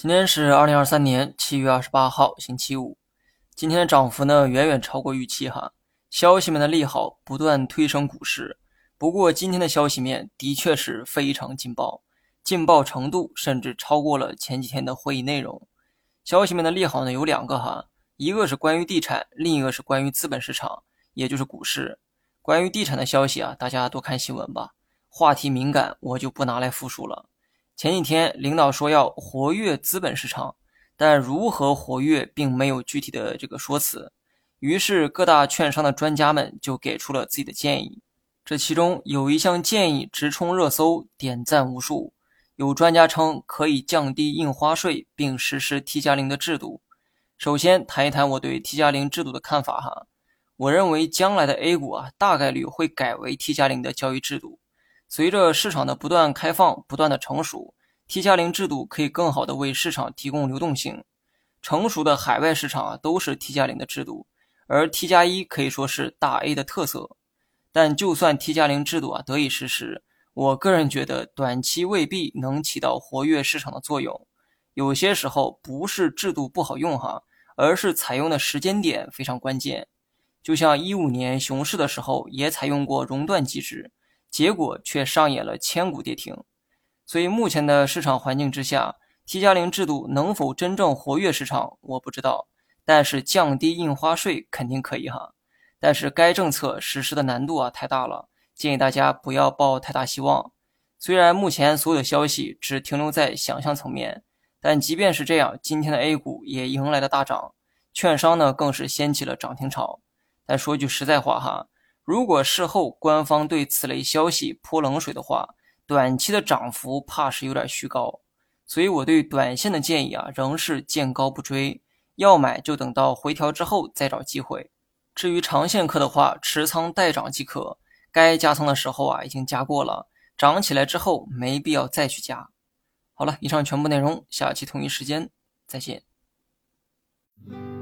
今天是2023年7月28号，星期五。今天的涨幅呢远远超过预期哈，消息面的利好不断推升股市。不过今天的消息面的确是非常劲爆，劲爆程度甚至超过了前几天的会议内容。消息面的利好呢有两个哈，一个是关于地产，另一个是关于资本市场，也就是股市。关于地产的消息啊，大家多看新闻吧，话题敏感，我就不拿来复述了。前几天领导说要活跃资本市场，但如何活跃并没有具体的这个说辞，于是各大券商的专家们就给出了自己的建议。这其中有一项建议直冲热搜，点赞无数。有专家称可以降低印花税并实施 T+0 的制度。首先谈一谈我对 T+0 制度的看法哈，我认为将来的 A 股啊大概率会改为 T+0 的交易制度。随着市场的不断开放、不断的成熟 ，T+0 制度可以更好的为市场提供流动性。成熟的海外市场啊都是 T+0 的制度，而 T+1可以说是大 A 的特色。但就算 T+0 制度啊得以实施，我个人觉得短期未必能起到活跃市场的作用。有些时候不是制度不好用哈，而是采用的时间点非常关键。就像15年熊市的时候也采用过熔断机制，结果却上演了千股跌停。所以目前的市场环境之下 ，T+0 制度能否真正活跃市场，我不知道。但是降低印花税肯定可以哈。但是该政策实施的难度啊太大了，建议大家不要抱太大希望。虽然目前所有的消息只停留在想象层面，但即便是这样，今天的 A 股也迎来了大涨，券商呢更是掀起了涨停潮。但说句实在话哈，如果事后官方对此类消息泼冷水的话，短期的涨幅怕是有点虚高。所以我对短线的建议啊，仍是见高不追，要买就等到回调之后再找机会。至于长线客的话，持仓待涨即可，该加仓的时候啊已经加过了，涨起来之后没必要再去加。好了，以上全部内容，下期同一时间再见。